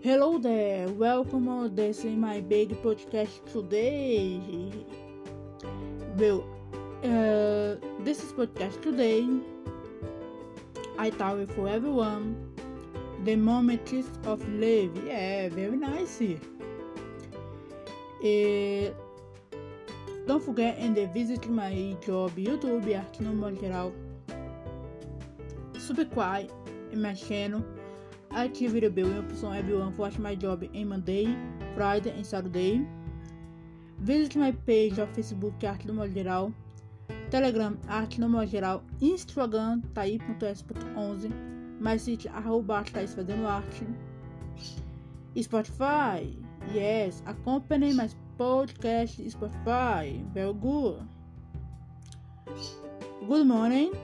Hello there, welcome on this in my big podcast today. Well, this is podcast today. I tell you for everyone the moments of love. Yeah, very nice. Don't forget and visit my job YouTube Arte no modo geral. Subscribe in my channel. Active the bell option everyone watch my job in Monday, Friday and Saturday. Visit my page of Facebook Arte no modo geral, Telegram Arte no modo geral, Instagram tai.s.11, my site @Thais fazendo arte. Spotify, yes, accompany my podcast Spotify, very good. Good morning,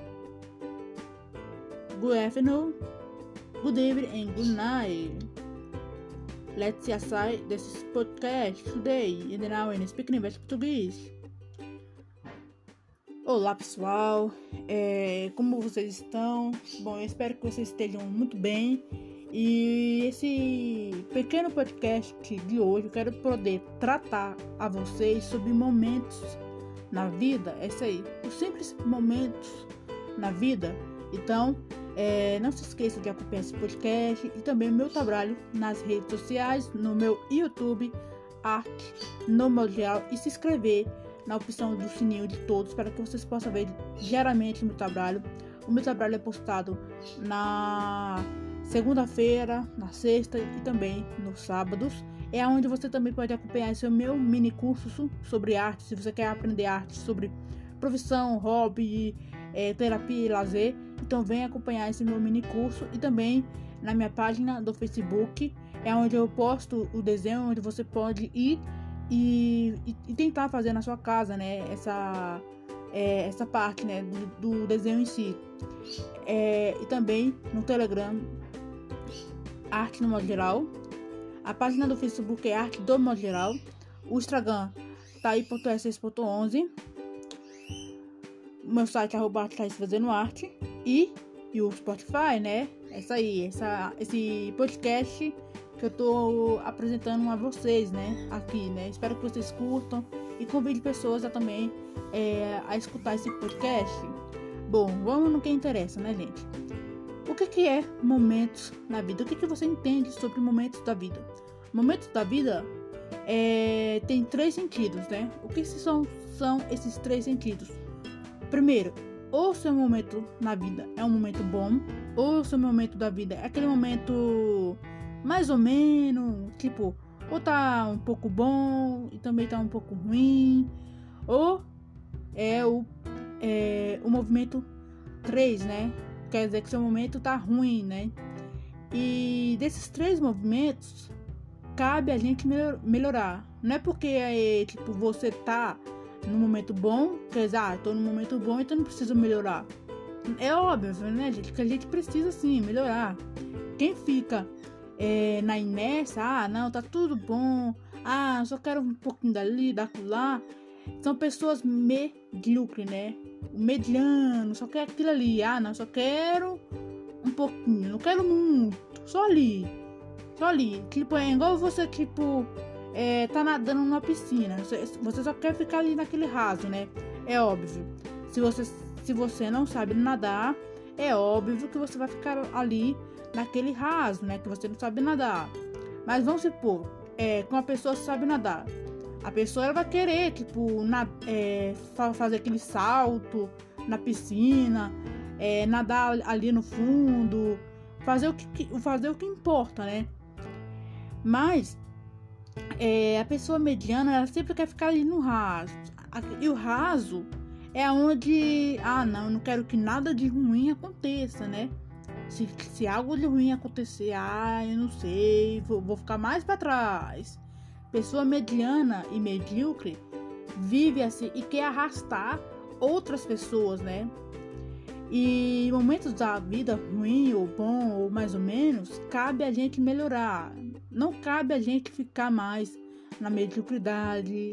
good afternoon, good evening and good night. Let's see aside this podcast today and now in speaking English português. Olá pessoal, como vocês estão? Bom, eu espero que vocês estejam muito bem. E esse pequeno podcast de hoje eu quero poder tratar a vocês sobre momentos na vida. É isso aí, os simples momentos na vida. Então, não se esqueça de acompanhar esse podcast e também o meu trabalho nas redes sociais, no meu YouTube, Arte no modo geral, e se inscrever na opção do sininho de todos para que vocês possam ver diariamente o meu trabalho. O meu trabalho é postado na segunda-feira, na sexta e também nos sábados. É onde você também pode acompanhar esse meu mini curso sobre arte. Se você quer aprender arte sobre profissão, hobby, terapia e lazer, então vem acompanhar esse meu mini curso. E também na minha página do Facebook é onde eu posto o desenho, onde você pode ir e tentar fazer na sua casa, né, essa parte, né, do desenho em si. E também no Telegram Arte no modo geral, a página do Facebook é Arte do modo geral, o Instagram tai.s.11, o meu site @Thais fazendo arte e o Spotify, né? Esse podcast que eu tô apresentando a vocês, né? Aqui, né? Espero que vocês curtam e convide pessoas a também a escutar esse podcast. Bom, vamos no que interessa, né, gente? O que é momentos na vida? O que você entende sobre momentos da vida? Momentos da vida tem 3 sentidos, né? O que são esses 3 sentidos? Primeiro, ou seu momento na vida é um momento bom, ou seu momento da vida é aquele momento mais ou menos, tipo, ou tá um pouco bom e também tá um pouco ruim, ou é o movimento 3, né? Quer dizer que seu momento tá ruim, né? E desses 3 movimentos, cabe a gente melhorar. Não é porque tipo, você tá no momento bom, quer dizer, tô no momento bom, então não preciso melhorar. É óbvio, né, gente, que a gente precisa sim melhorar. Quem fica na inércia, não, tá tudo bom, só quero um pouquinho dali, daquilo, são pessoas medíocres, né? O mediano, só quer aquilo ali, não, só quero um pouquinho, não quero muito, só ali. Tipo, é igual você, tipo, tá nadando numa piscina, você só quer ficar ali naquele raso, né? É óbvio, se você não sabe nadar, é óbvio que você vai ficar ali naquele raso, né? Que você não sabe nadar. Mas vamos supor, que uma pessoa sabe nadar, a pessoa ela vai querer, tipo, fazer aquele salto na piscina, nadar ali no fundo, fazer o que importa, né? Mas a pessoa mediana, ela sempre quer ficar ali no raso. E o raso é onde, não, eu não quero que nada de ruim aconteça, né? Se algo de ruim acontecer, eu não sei, vou ficar mais para trás. Pessoa mediana e medíocre vive assim e quer arrastar outras pessoas, né? E em momentos da vida ruim ou bom ou mais ou menos, cabe a gente melhorar. Não cabe a gente ficar mais na mediocridade,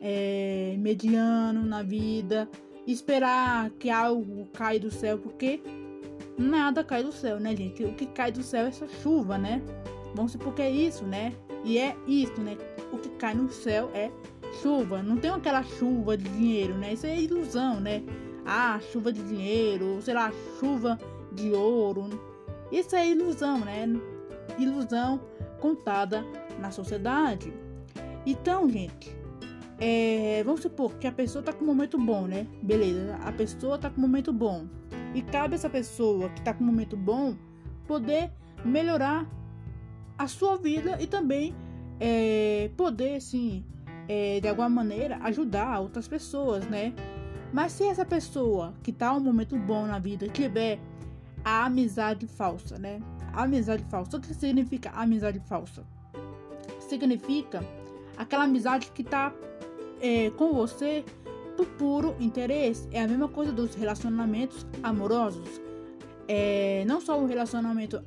mediano na vida, esperar que algo caia do céu, porque nada cai do céu, né, gente? O que cai do céu é essa chuva, né? Vamos supor que é isso, né? E é isso, né? O que cai no céu é chuva. Não tem aquela chuva de dinheiro, né? Isso é ilusão, né? Ah, chuva de dinheiro, sei lá, chuva de ouro. Isso é ilusão, né? Ilusão contada na sociedade. Então, gente, vamos supor que a pessoa tá com um momento bom, né? Beleza, a pessoa tá com um momento bom. E cabe essa pessoa que tá com um momento bom poder melhorar a sua vida e também poder, assim, de alguma maneira, ajudar outras pessoas, né? Mas se essa pessoa que tá um momento bom na vida tiver a amizade falsa, né? A amizade falsa. O que significa amizade falsa? Significa aquela amizade que tá com você por puro interesse. É a mesma coisa dos relacionamentos amorosos. Não só um relacionamento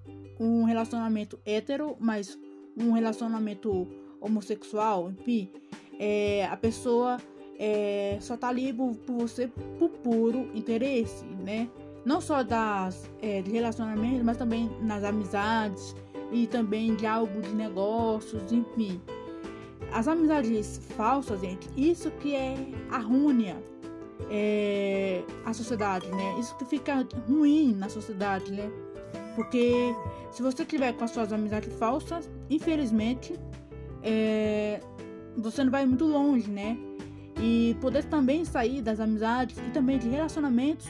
hétero, mas um relacionamento homossexual, enfim. A pessoa só tá ali por você por puro interesse, né? Não só de relacionamento, mas também nas amizades e também de algo de negócios, enfim. As amizades falsas, gente, isso que arruina a sociedade, né? Isso que fica ruim na sociedade, né? Porque se você tiver com as suas amizades falsas, infelizmente, você não vai muito longe, né? E poder também sair das amizades e também de relacionamentos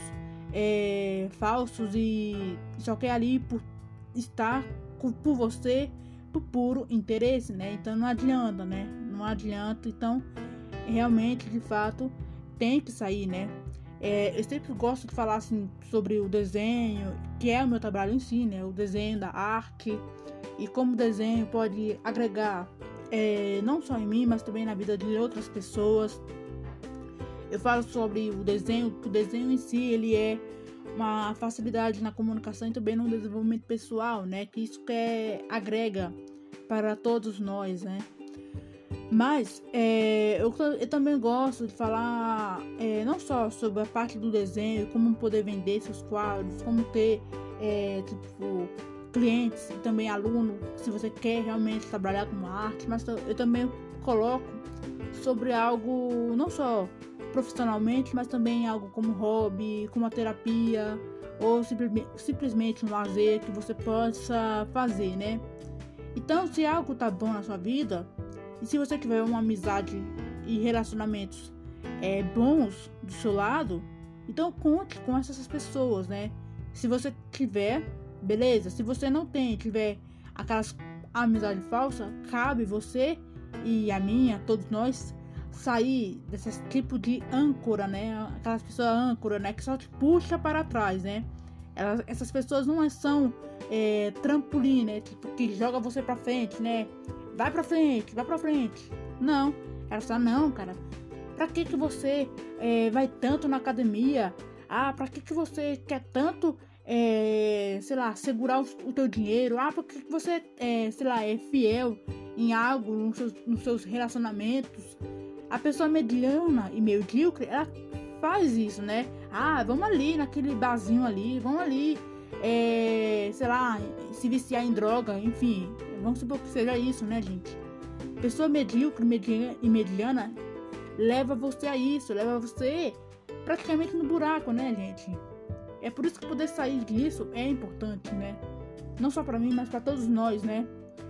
falsos e só quer ali por estar por você por puro interesse, né? Então não adianta, né? Não adianta. Então realmente, de fato, tem que sair, né? Eu sempre gosto de falar assim sobre o desenho, que é o meu trabalho em si, né? O desenho da arte e como o desenho pode agregar não só em mim, mas também na vida de outras pessoas. Eu falo sobre o desenho, que o desenho em si, ele é uma facilidade na comunicação e também no desenvolvimento pessoal, né? Que isso agrega para todos nós, né? Mas eu também gosto de falar não só sobre a parte do desenho, como poder vender seus quadros, como ter clientes e também aluno, se você quer realmente trabalhar com arte, mas eu também coloco sobre algo não só profissionalmente, mas também algo como hobby, como a terapia ou simplesmente um lazer que você possa fazer, né? Então, se algo tá bom na sua vida e se você tiver uma amizade e relacionamentos bons do seu lado, então conte com essas pessoas, né? Se você tiver, beleza. Se você não tiver aquelas amizade falsa, cabe você e a minha, todos nós, sair desse tipo de âncora, né? Aquelas pessoas âncora, né? Que só te puxa para trás, né? Essas pessoas não são trampolim, né? Tipo, que joga você pra frente, né? Vai pra frente. Não. Elas falam, não, cara. Pra que você vai tanto na academia? Ah, pra que você quer tanto, sei lá, segurar o teu dinheiro? Ah, por que você, sei lá, é fiel em algo, nos seus relacionamentos? A pessoa mediana e medíocre, ela faz isso, né? Ah, vamos ali naquele barzinho ali, vamos ali, sei lá, se viciar em droga, enfim. Vamos supor que seja isso, né, gente? Pessoa medíocre e mediana leva você a isso, leva você praticamente no buraco, né, gente? É por isso que poder sair disso é importante, né? Não só pra mim, mas pra todos nós, né?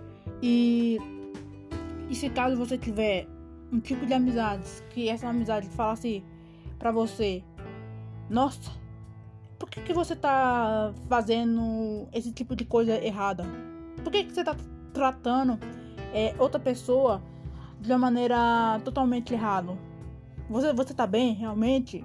E se caso você tiver um tipo de amizades, que essa amizade fala assim pra você, nossa, por que você tá fazendo esse tipo de coisa errada? Por que você tá tratando outra pessoa de uma maneira totalmente errada? Você tá bem, realmente?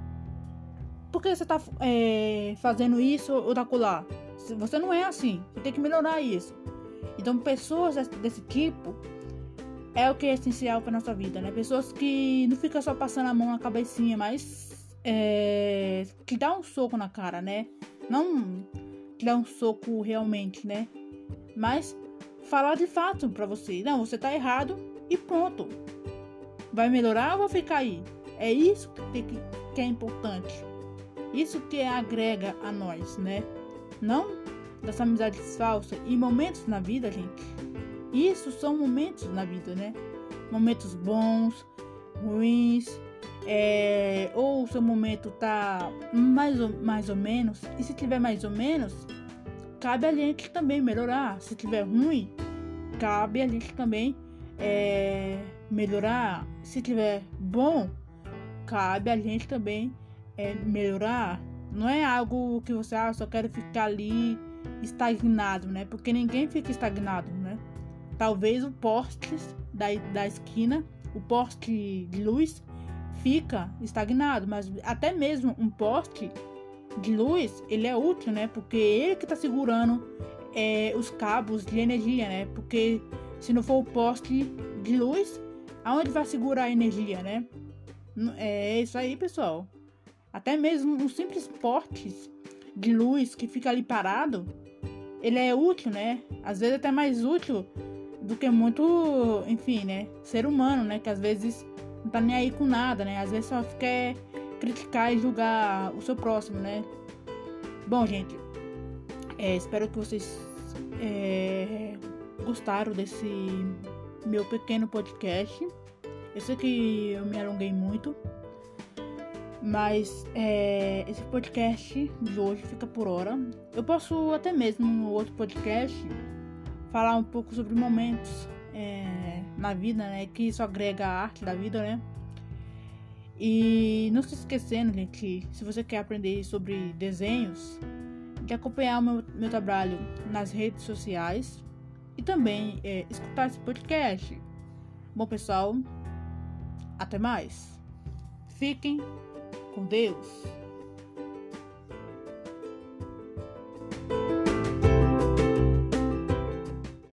Por que você tá fazendo isso ou daquilo? Você não é assim, você tem que melhorar isso. Então, pessoas desse tipo é o que é essencial para nossa vida, né? Pessoas que não ficam só passando a mão na cabecinha, mas que dá um soco na cara, né? Não que dá um soco realmente, né? Mas falar de fato pra você. Não, você tá errado e pronto. Vai melhorar ou vai ficar aí? É isso que é importante. Isso que agrega a nós, né? Não das amizades falsas e momentos na vida, gente. Isso são momentos na vida, né? Momentos bons, ruins, ou o seu momento tá mais ou menos. E se tiver mais ou menos, cabe a gente também melhorar. Se tiver ruim, cabe a gente também melhorar. Se tiver bom, cabe a gente também melhorar. Não é algo que você só quer ficar ali estagnado, né? Porque ninguém fica estagnado, né? Talvez o poste da esquina, o poste de luz, fica estagnado, mas até mesmo um poste de luz, ele é útil, né? Porque ele que tá segurando os cabos de energia, né? Porque se não for o poste de luz, aonde vai segurar a energia, né? É isso aí, pessoal. Até mesmo um simples poste de luz que fica ali parado, ele é útil, né? Às vezes até mais útil do que muito, enfim, né? Ser humano, né? Que às vezes não tá nem aí com nada, né? Às vezes só quer criticar e julgar o seu próximo, né? Bom, gente, espero que vocês gostaram desse meu pequeno podcast. Eu sei que eu me alonguei muito, mas esse podcast de hoje fica por hora. Eu posso até mesmo no outro podcast falar um pouco sobre momentos na vida, né? Que isso agrega a arte da vida, né? E não se esquecendo, gente, se você quer aprender sobre desenhos, de acompanhar o meu trabalho nas redes sociais e também escutar esse podcast. Bom, pessoal, até mais. Fiquem com Deus.